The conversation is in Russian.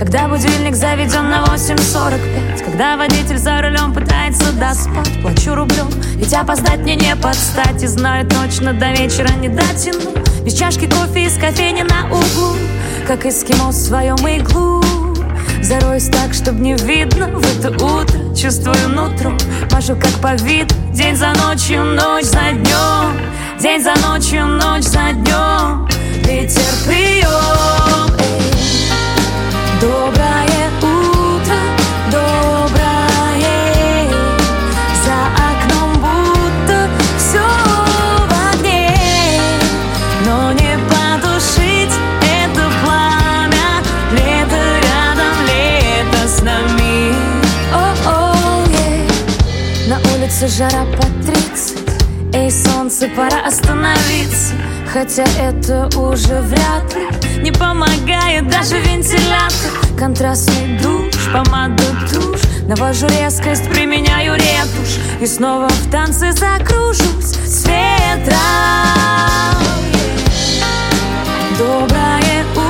когда будильник заведен на 8:45, когда водитель за рулем пытается доспать. Плачу рублем, ведь опоздать мне не подстать. И знаю точно, до вечера не дотяну. Без чашки кофе из кофейни на углу, как эскимо в своем иглу. Зароюсь так, чтоб не видно в это утро. Чувствую нутром, машу как по виду. День за ночью, ночь за днем. День за ночью, ночь за днем. Ветер прием. Доброе утро, доброе. За окном будто все в огне, но не потушить это пламя. Лето рядом, лето с нами. На улице жара по 30. Эй, солнце, пора остановиться. Хотя это уже вряд ли. Не помогает даже вентилятор. Контрастный душ, помада, тушь. Навожу резкость, применяю ретушь. И снова в танце закружусь с ветром. Доброе утро.